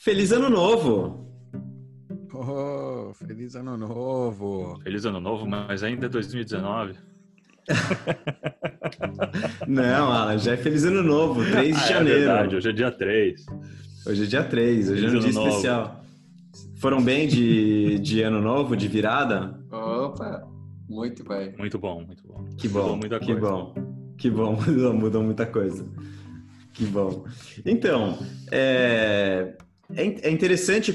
Feliz Ano Novo! Oh, feliz ano novo! Feliz ano novo, mas ainda é 2019. Não, Alan, já é Feliz Ano Novo, 3 de É janeiro. verdade, hoje é dia 3. Hoje é dia 3, hoje é um Feliz dia Ano Novo. especial. Foram bem de Ano Novo, de virada? Opa, muito bem. Muito bom, muito bom. Que bom, Mudou muita que coisa. bom. Que bom, mudou muita coisa. Que bom. Então, é interessante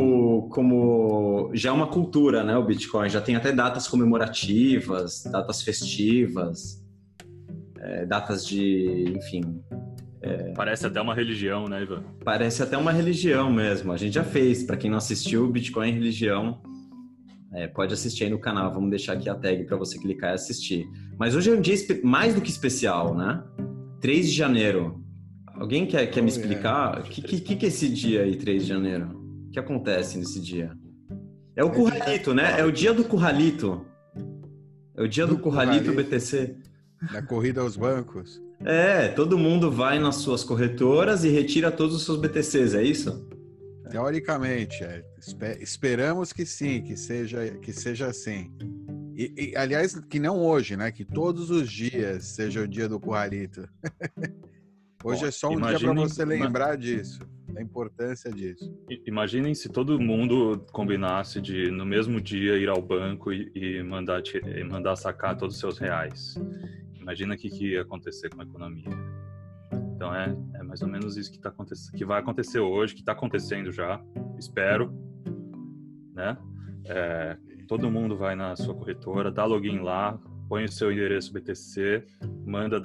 como já é uma cultura, né, o Bitcoin. Já tem até datas comemorativas, datas festivas, datas de, enfim... Parece até uma religião, né, Ivan? Parece até uma religião mesmo. A gente já fez. Para quem não assistiu, Bitcoin é religião. Pode assistir aí no canal. Vamos deixar aqui a tag para você clicar e assistir. Mas hoje é um dia mais do que especial, né? 3 de janeiro. Alguém quer me explicar? O que é esse dia aí, 3 de janeiro? O que acontece nesse dia? É o Curralito, né? É o dia do Curralito. É o dia do Curralito BTC. Da corrida aos bancos. Todo mundo vai nas suas corretoras e retira todos os seus BTCs, é isso? Teoricamente, esperamos que sim, que seja assim. E, aliás, que não hoje, né? Que todos os dias seja o dia do Curralito. Hoje é só um dia para você lembrar disso, da importância disso. Imaginem se todo mundo combinasse de, no mesmo dia, ir ao banco e mandar sacar todos os seus reais. Imagina o que ia acontecer com a economia. Então é mais ou menos isso que vai acontecer hoje, que está acontecendo já, espero, né? Todo mundo vai na sua corretora, dá login lá, põe o seu endereço BTC, manda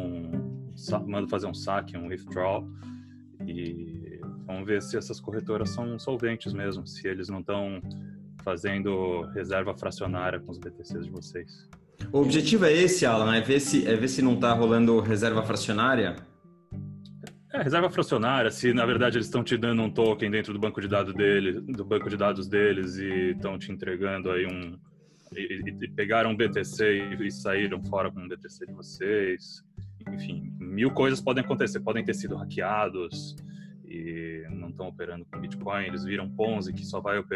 fazer um saque, um withdrawal, e vamos ver se essas corretoras são solventes mesmo, se eles não estão fazendo reserva fracionária com os BTCs de vocês. O objetivo é esse, Alan, é ver se não está rolando reserva fracionária? Reserva fracionária, se na verdade eles estão te dando um token dentro do banco de dados deles e estão te entregando aí e pegaram um BTC e saíram fora com um BTC de vocês. Enfim, 1000 coisas podem acontecer, podem ter sido hackeados e não estão operando com Bitcoin, eles viram Ponzi que só vai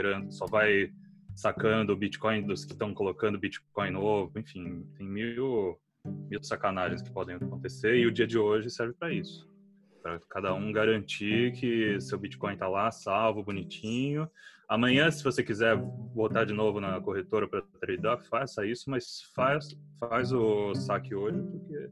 sacando o Bitcoin dos que estão colocando Bitcoin novo. Enfim, tem mil sacanagens que podem acontecer e o dia de hoje serve para isso, para cada um garantir que seu Bitcoin está lá salvo, bonitinho. Amanhã, se você quiser voltar de novo na corretora para tradear, faça isso, mas faz o saque hoje, porque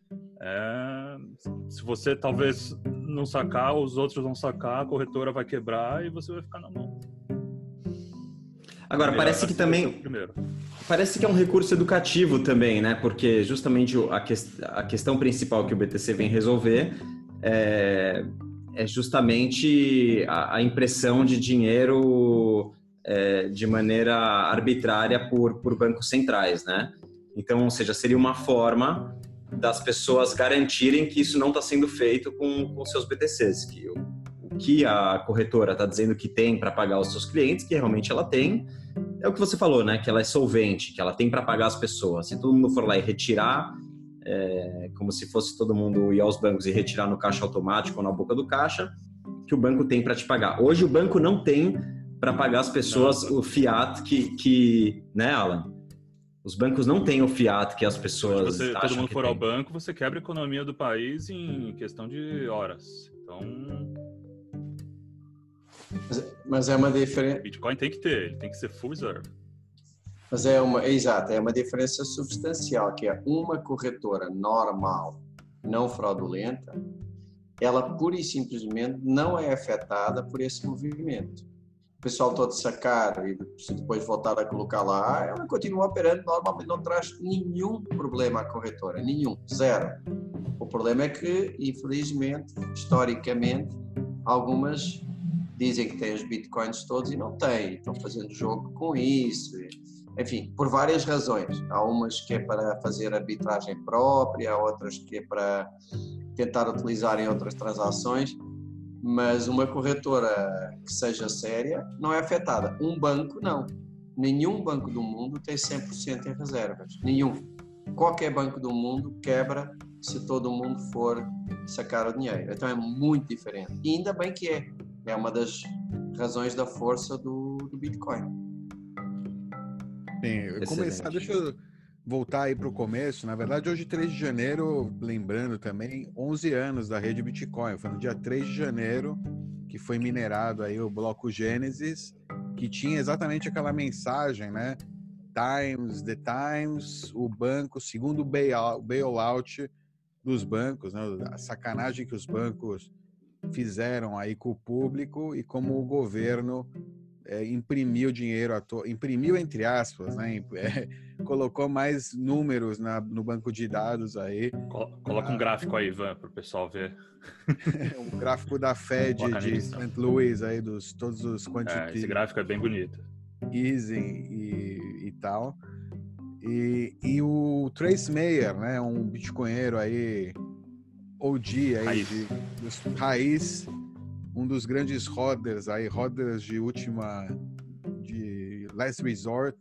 se você talvez não sacar, os outros vão sacar, a corretora vai quebrar e você vai ficar na mão. Agora, parece que também... Parece que é um recurso educativo também, né? Porque justamente a questão principal que o BTC vem resolver é justamente a impressão de dinheiro de maneira arbitrária por bancos centrais, né? Então, ou seja, seria uma forma das pessoas garantirem que isso não está sendo feito com seus BTCs, que o que a corretora está dizendo que tem para pagar os seus clientes, que realmente ela tem, é o que você falou, né? Que ela é solvente, que ela tem para pagar as pessoas. Se todo mundo for lá e retirar, como se fosse todo mundo ir aos bancos e retirar no caixa automático ou na boca do caixa, que o banco tem para te pagar. Hoje o banco não tem para pagar as pessoas o fiat que né, Alan? Os bancos não têm o fiat que as pessoas se acham todo mundo que for tem. ao banco, você quebra a economia do país em questão de horas. Então, Mas é uma diferença. Bitcoin ele tem que ser full reserve. Mas exato, é uma diferença substancial, que é uma corretora normal, não fraudulenta, ela pura e simplesmente não é afetada por esse movimento. O pessoal todo sacar e depois voltar a colocar lá, ela continua operando normalmente, não traz nenhum problema à corretora, nenhum, zero. O problema é que, infelizmente, historicamente, algumas dizem que têm os bitcoins todos e não têm, estão fazendo jogo com isso. Enfim, por várias razões. Há umas que é para fazer arbitragem própria, há outras que é para tentar utilizar em outras transações, mas uma corretora que seja séria não é afetada. Um banco, não. Nenhum banco do mundo tem 100% em reservas. Nenhum. Qualquer banco do mundo quebra se todo mundo for sacar o dinheiro. Então é muito diferente. E ainda bem que é. É uma das razões da força do Bitcoin. Bem, deixa eu voltar aí para o começo. Na verdade, hoje, 3 de janeiro, lembrando também, 11 anos da rede Bitcoin. Foi no dia 3 de janeiro que foi minerado aí o bloco Gênesis, que tinha exatamente aquela mensagem, né? The Times, o banco, segundo o bailout dos bancos, né? A sacanagem que os bancos fizeram aí com o público e como o governo imprimiu dinheiro imprimiu entre aspas, né? Colocou mais números no banco de dados aí. Coloca um gráfico aí, Ivan, para o pessoal ver. Um gráfico da Fed de St. Louis aí, todos os quantitative. Esse gráfico é bem bonito. Easing e tal. E o Trace Mayer, né? Um bitcoinheiro aí, OG aí, raiz, um dos grandes hodlers de last resort,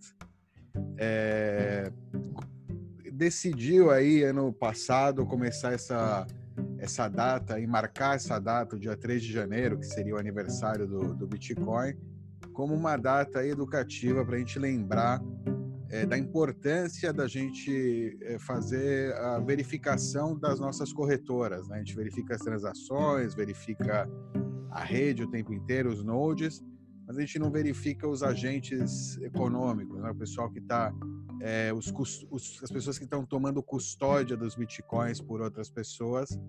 decidiu aí ano passado começar essa data e marcar essa data, o dia 3 de janeiro, que seria o aniversário do Bitcoin, como uma data educativa para a gente lembrar da importância da gente fazer a verificação das nossas corretoras, né? A gente verifica as transações, verifica a rede o tempo inteiro, os nodes, mas a gente não verifica os agentes econômicos, né? O pessoal que está, as pessoas que estão tomando custódia dos bitcoins por outras pessoas.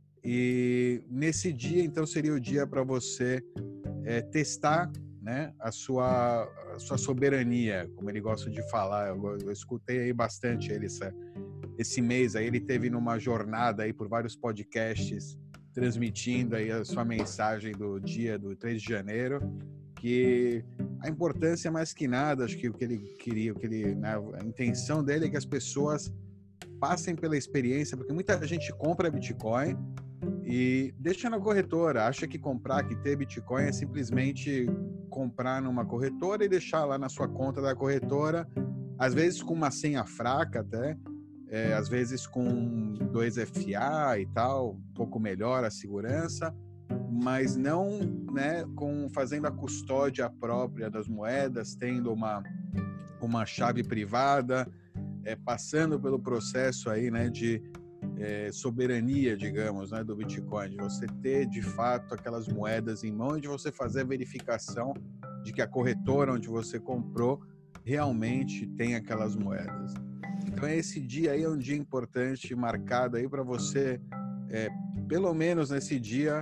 E nesse dia, então, seria o dia para você testar, né, a sua soberania, como ele gosta de falar. Eu escutei aí bastante ele esse mês. Aí ele teve numa jornada aí por vários podcasts, transmitindo aí a sua mensagem do dia do 3 de janeiro, que a importância mais que nada, acho que o que ele queria, né, a intenção dele é que as pessoas passem pela experiência, porque muita gente compra Bitcoin e deixa na corretora, acha que ter Bitcoin é simplesmente comprar numa corretora e deixar lá na sua conta da corretora, às vezes com uma senha fraca até, às vezes com 2FA e tal, um pouco melhor a segurança, mas não, né, fazendo a custódia própria das moedas, tendo uma chave privada, passando pelo processo aí, né, de soberania, digamos, né, do Bitcoin, de você ter de fato aquelas moedas em mão e de você fazer a verificação de que a corretora onde você comprou realmente tem aquelas moedas. Então esse dia aí é um dia importante, marcado aí para você, pelo menos nesse dia,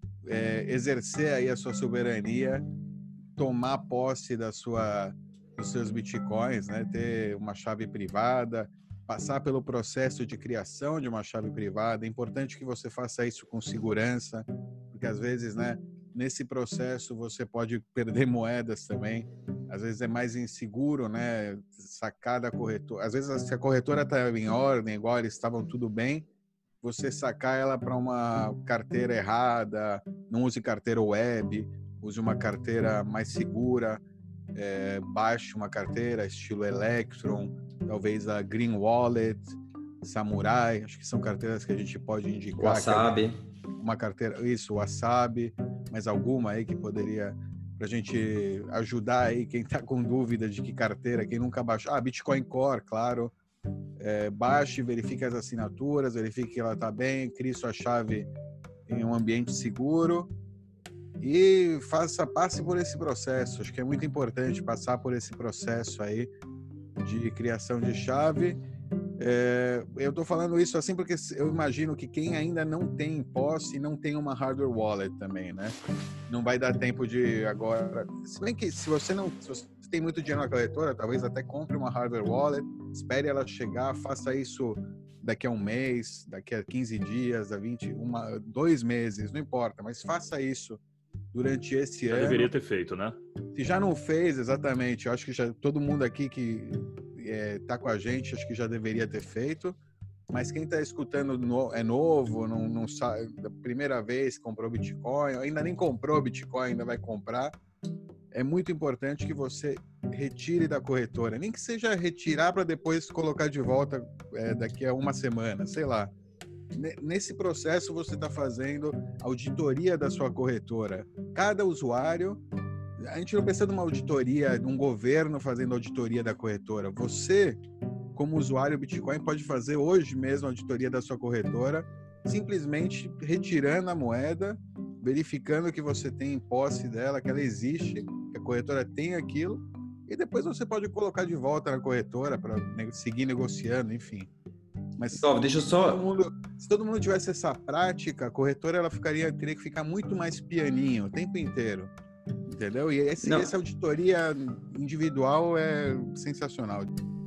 exercer aí a sua soberania, tomar posse dos seus bitcoins, né, ter uma chave privada, passar pelo processo de criação de uma chave privada. É importante que você faça isso com segurança, porque às vezes, né, nesse processo você pode perder moedas também. Às vezes é mais inseguro, né, sacar da corretora. Às vezes, se a corretora está em ordem, igual eles estavam tudo bem, você sacar ela para uma carteira errada, não use carteira web, use uma carteira mais segura, baixe uma carteira estilo Electron, talvez a Green Wallet, Samurai, acho que são carteiras que a gente pode indicar. Wasabi. Uma carteira, o Wasabi, mas alguma aí que poderia, para a gente ajudar aí quem está com dúvida de que carteira, quem nunca baixou. Bitcoin Core, claro. Baixe, verifique as assinaturas, verifique que ela está bem, crie sua chave em um ambiente seguro e passe por esse processo. Acho que é muito importante passar por esse processo aí de criação de chave. Eu estou falando isso assim porque eu imagino que quem ainda não tem posse não tem uma hardware wallet também, né? Não vai dar tempo de agora. Se bem que se você tem muito dinheiro na corretora, talvez até compre uma hardware wallet, espere ela chegar, faça isso daqui a um mês, daqui a 15 dias, 2 meses, não importa, mas faça isso durante esse ano. Já deveria ter feito, né? Se já não fez, exatamente, eu acho que todo mundo aqui que tá com a gente, acho que já deveria ter feito, mas quem está escutando é novo, não sabe, da primeira vez comprou Bitcoin, ainda nem comprou Bitcoin, ainda vai comprar, é muito importante que você retire da corretora, nem que seja retirar para depois colocar de volta daqui a uma semana, sei lá, nesse processo você está fazendo auditoria da sua corretora. Cada usuário, a gente não precisa de uma auditoria, de um governo fazendo auditoria da corretora. Você, como usuário Bitcoin, pode fazer hoje mesmo a auditoria da sua corretora, simplesmente retirando a moeda, verificando que você tem em posse dela, que ela existe, que a corretora tem aquilo, e depois você pode colocar de volta na corretora para seguir negociando, enfim. Mas deixa eu só... se todo mundo tivesse essa prática, a corretora teria que ficar muito mais pianinho o tempo inteiro, entendeu? E essa auditoria individual é sensacional.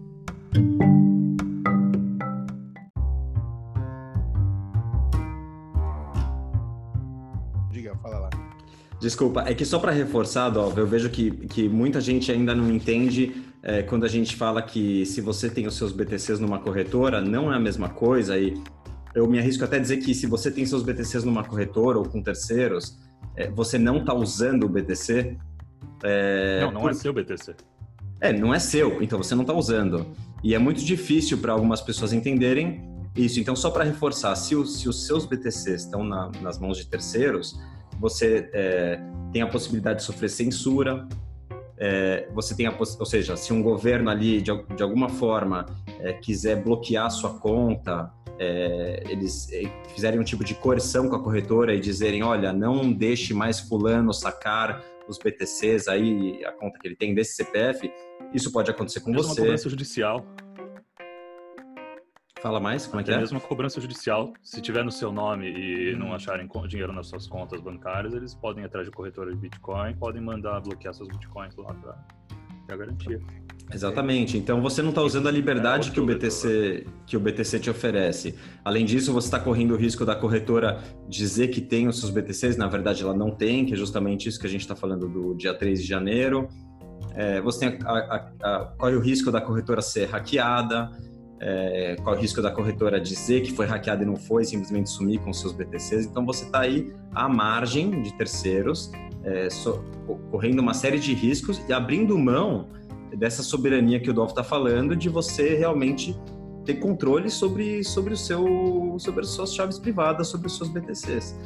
Diga, fala lá. Desculpa, é que só para reforçar, Dov, eu vejo que muita gente ainda não entende quando a gente fala que se você tem os seus BTCs numa corretora, não é a mesma coisa, e eu me arrisco até a dizer que se você tem seus BTCs numa corretora ou com terceiros, você não está usando o BTC. Não é seu BTC. Não é seu, então você não está usando. E é muito difícil para algumas pessoas entenderem isso. Então, só para reforçar, se os seus BTCs estão nas mãos de terceiros, você tem a possibilidade de sofrer censura, você tem ou seja, se um governo ali, de alguma forma, quiser bloquear a sua conta, eles fizerem um tipo de coerção com a corretora e dizerem, olha, não deixe mais fulano sacar os BTCs aí, a conta que ele tem desse CPF, isso pode acontecer com você. Uma cobrança judicial. Fala mais, como é que é? Mesmo uma cobrança judicial, se tiver no seu nome e não acharem dinheiro nas suas contas bancárias, eles podem ir atrás de corretora de Bitcoin, podem mandar bloquear seus Bitcoins lá para garantia. Exatamente. Então você não está usando a liberdade que o BTC te oferece. Além disso, você está correndo o risco da corretora dizer que tem os seus BTCs, na verdade ela não tem, que é justamente isso que a gente está falando do dia 3 de janeiro. Você tem corre o risco da corretora ser hackeada, corre o risco da corretora dizer que foi hackeada e não foi, simplesmente sumir com os seus BTCs. Então você está aí à margem de terceiros, correndo uma série de riscos e abrindo mão dessa soberania que o Dov está falando, de você realmente ter controle sobre as suas chaves privadas, sobre os seus BTCs.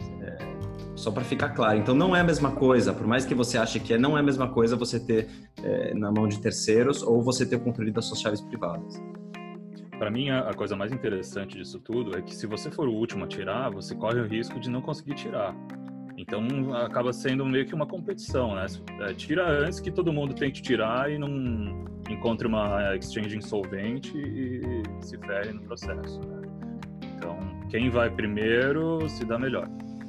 Só para ficar claro. Então, não é a mesma coisa, por mais que você ache que não é a mesma coisa você ter na mão de terceiros ou você ter o controle das suas chaves privadas. Para mim, a coisa mais interessante disso tudo é que se você for o último a tirar, você corre o risco de não conseguir tirar. Então, acaba sendo meio que uma competição, né? Tira antes que todo mundo tente tirar e não encontre uma exchange insolvente e se ferre no processo, né? Então, quem vai primeiro se dá melhor.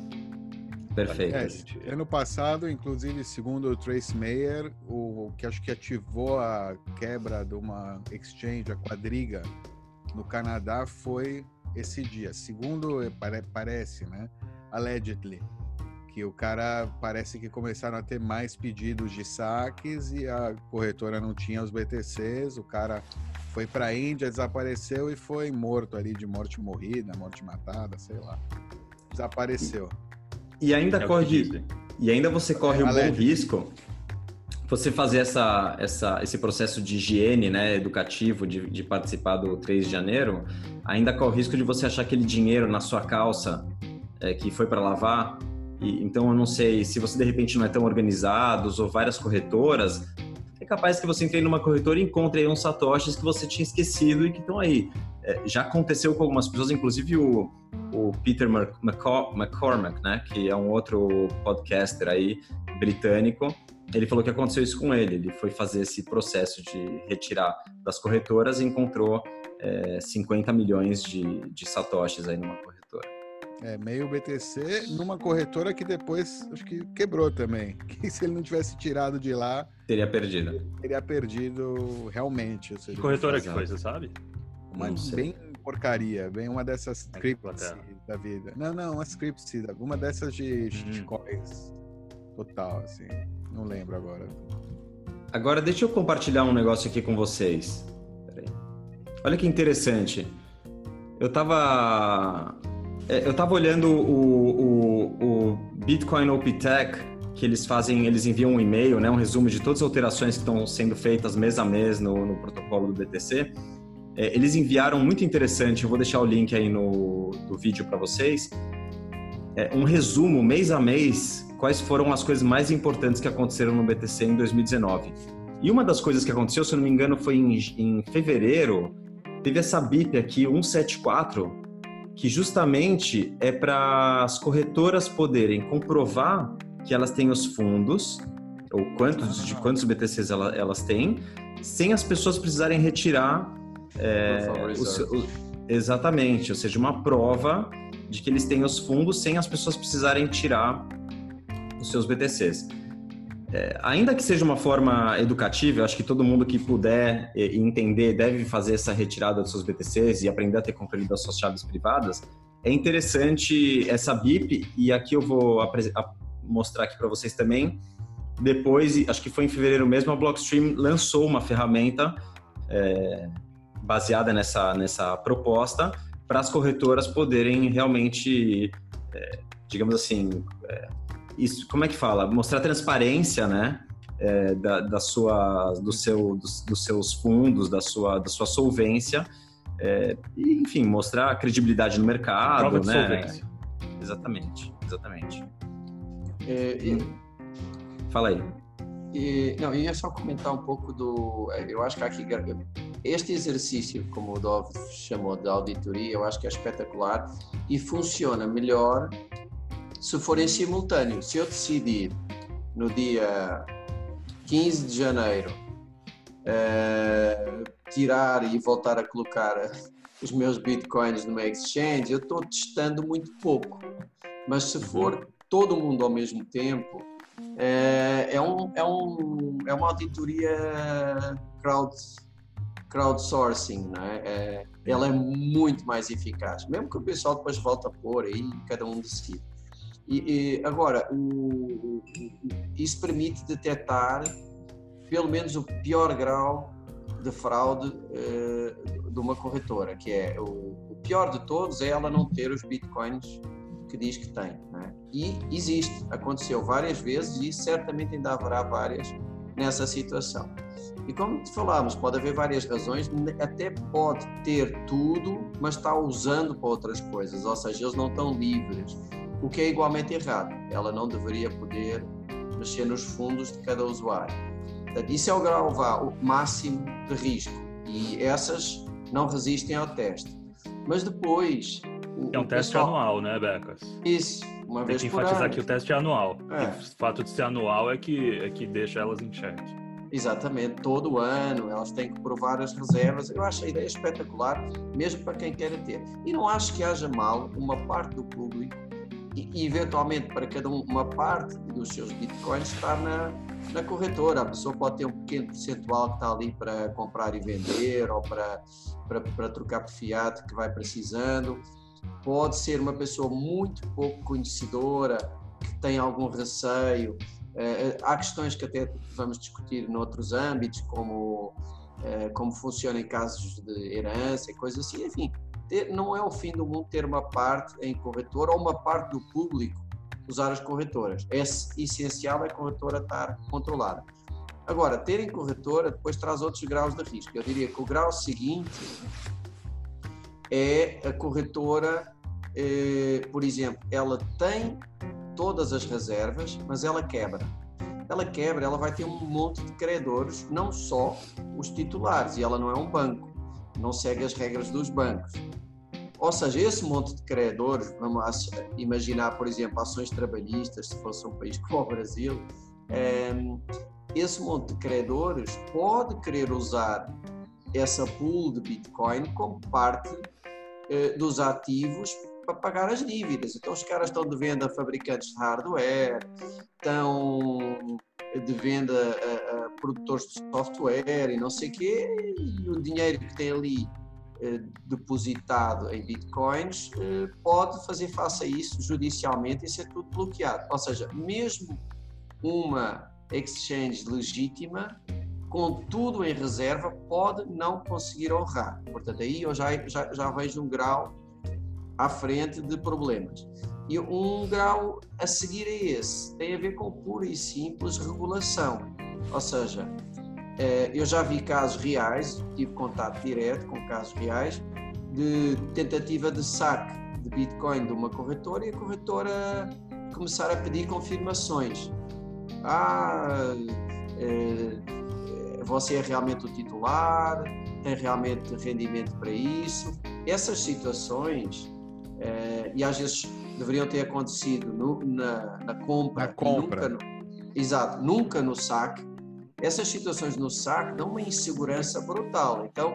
Perfeito. Ano passado, inclusive, segundo o Trace Mayer, o que acho que ativou a quebra de uma exchange, a Quadriga, no Canadá, foi esse dia. Segundo, parece, né? Allegedly. Que o cara parece que começaram a ter mais pedidos de saques e a corretora não tinha os BTCs, o cara foi para a Índia, desapareceu e foi morto ali de morte morrida, morte matada, sei lá. Desapareceu. E ainda você corre um bom risco, você fazer esse processo de higiene, né, educativo, de participar do 3 de janeiro, ainda corre o risco de você achar aquele dinheiro na sua calça que foi para lavar. Então, eu não sei, se você de repente não é tão organizado, usou várias corretoras, é capaz que você entre numa corretora e encontre aí uns satoshis que você tinha esquecido e que estão aí. Já aconteceu com algumas pessoas, inclusive o Peter McCormack, né, que é um outro podcaster aí britânico, ele falou que aconteceu isso com ele. Ele foi fazer esse processo de retirar das corretoras e encontrou 50 milhões de satoshis aí numa corretora. Meio BTC numa corretora que depois acho que quebrou também. Que se ele não tivesse tirado de lá... Teria perdido. Teria perdido realmente. Que corretora que foi, você sabe? Uma bem porcaria, bem uma dessas scripts da vida. Não, uma scripts, alguma dessas de shitcoins total, assim. Não lembro agora. Agora deixa eu compartilhar um negócio aqui com vocês. Peraí. Olha que interessante. Eu tava olhando o Bitcoin OP Tech, que eles enviam um e-mail, né, um resumo de todas as alterações que estão sendo feitas mês a mês no protocolo do BTC. eles enviaram, muito interessante, eu vou deixar o link aí do vídeo para vocês, um resumo, mês a mês, quais foram as coisas mais importantes que aconteceram no BTC em 2019. E uma das coisas que aconteceu, se eu não me engano, foi em fevereiro, teve essa BIP aqui, 174, que justamente é para as corretoras poderem comprovar que elas têm os fundos, ou quantos BTCs elas têm, sem as pessoas precisarem retirar exatamente, ou seja, uma prova de que eles têm os fundos sem as pessoas precisarem tirar os seus BTCs. Ainda que seja uma forma educativa, eu acho que todo mundo que puder entender deve fazer essa retirada dos seus BTCs e aprender a ter controle das suas chaves privadas. É interessante essa BIP, e aqui eu vou mostrar aqui para vocês também. Depois, acho que foi em fevereiro mesmo, a Blockstream lançou uma ferramenta baseada nessa proposta para as corretoras poderem realmente, digamos assim, isso, como é que fala? Mostrar transparência, né? Dos seus fundos, da sua solvência, e, enfim, mostrar credibilidade no mercado, prova de né? solvência. Exatamente. Fala aí. Eu ia só comentar um pouco eu acho que aqui este exercício, como o Dov chamou de auditoria, eu acho que é espetacular e funciona melhor se for em simultâneo. Se eu decidir no dia 15 de janeiro tirar e voltar a colocar os meus bitcoins numa exchange, eu estou testando muito pouco. Mas se for todo mundo ao mesmo tempo, é uma auditoria crowdsourcing, não é? Ela é muito mais eficaz, mesmo que o pessoal depois volte a pôr aí, cada um decide. Agora, isso permite detectar pelo menos o pior grau de fraude de uma corretora, que é o pior de todos é ela não ter os bitcoins que diz que tem, né? E aconteceu várias vezes e certamente ainda haverá várias nessa situação. E como falámos, pode haver várias razões, até pode ter tudo, mas está usando para outras coisas, ou seja, eles não estão livres, o que é igualmente errado. Ela não deveria poder mexer nos fundos de cada usuário. Portanto, isso é o grau máximo de risco e essas não resistem ao teste. Mas depois... É um teste anual, né, Becas? Isso, uma vez por ano. Tem que enfatizar que o teste é anual. O fato de ser anual é que deixa elas em xeque. Exatamente, todo ano elas têm que provar as reservas. Eu acho a ideia espetacular, mesmo para quem queira ter. E não acho que haja mal uma parte do público e eventualmente para cada uma parte dos seus bitcoins estar na corretora. A pessoa pode ter um pequeno percentual que está ali para comprar e vender ou para trocar por fiat que vai precisando. Pode ser uma pessoa muito pouco conhecedora, que tem algum receio. Há questões que até vamos discutir noutros âmbitos, como funciona em casos de herança e coisas assim. Enfim, não é o fim do mundo ter uma parte em corretora ou uma parte do público usar as corretoras. É essencial a corretora estar controlada. Agora, ter em corretora depois traz outros graus de risco. Eu diria que o grau seguinte é a corretora, por exemplo, ela tem todas as reservas, mas ela quebra. Ela vai ter um monte de credores, não só os titulares, e ela não é um banco, não segue as regras dos bancos. Ou seja, esse monte de credores, vamos imaginar, por exemplo, ações trabalhistas, se fosse um país como o Brasil, esse monte de credores pode querer usar essa pool de Bitcoin como parte dos ativos para pagar as dívidas. Então os caras estão devendo a fabricantes de hardware, estão devendo a produtores de software e não sei o quê, e o dinheiro que tem ali depositado em bitcoins pode fazer face a isso judicialmente e ser tudo bloqueado. Ou seja, mesmo uma exchange legítima, com tudo em reserva, pode não conseguir honrar. Portanto, aí eu já vejo um grau à frente de problemas. E um grau a seguir a esse tem a ver com pura e simples regulação. Ou seja, Eu já vi casos reais, tive contato direto com casos reais de tentativa de saque de Bitcoin de uma corretora e a corretora começar a pedir confirmações. Você é realmente o titular? Tem realmente rendimento para isso? Essas situações, e às vezes deveriam ter acontecido na compra. Nunca no saque. Essas situações no saque dão uma insegurança brutal. Então,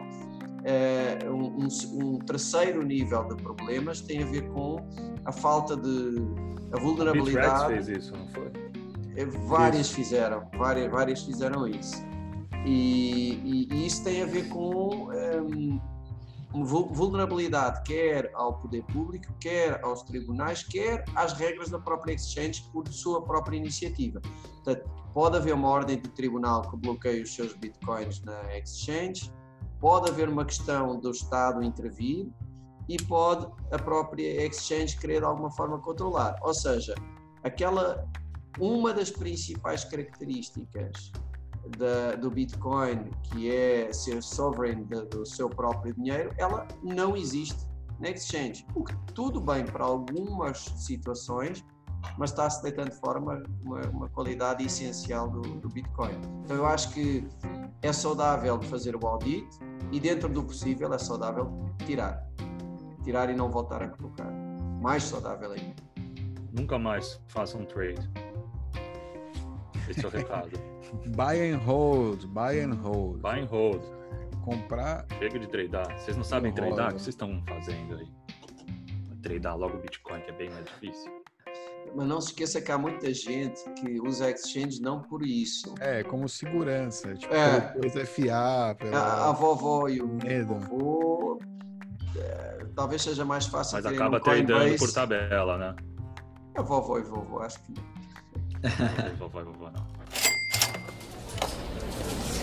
um terceiro nível de problemas tem a ver com a falta de a vulnerabilidade. A Bittrex fez isso, não foi? Várias fizeram isso. E isso tem a ver com vulnerabilidade, quer ao poder público, quer aos tribunais, quer às regras da própria exchange por sua própria iniciativa. Portanto, pode haver uma ordem de tribunal que bloqueie os seus bitcoins na exchange, pode haver uma questão do Estado intervir e pode a própria exchange querer de alguma forma controlar. Ou seja, uma das principais características do Bitcoin, que é ser sovereign do seu próprio dinheiro, ela não existe na exchange. O que tudo bem para algumas situações, mas está-se deitando fora uma qualidade essencial do Bitcoin. Então eu acho que é saudável fazer o audit e dentro do possível é saudável tirar e não voltar a colocar. Mais saudável ainda. Nunca mais faça um trade. Esse é o recado. Buy and hold. Buy and hold. Comprar. Chega de tradar. Vocês não sabem tradar? O que vocês estão fazendo aí? Tradar logo o Bitcoin, que é bem mais difícil. Mas não se esqueça que há muita gente que usa exchange não por isso. Como segurança. Tipo, coisa FA. A vovó e o vovô. Talvez seja mais fácil. Mas acaba tradando por tabela, né? A vovó e vovô, acho que não. Vovó e vovô não.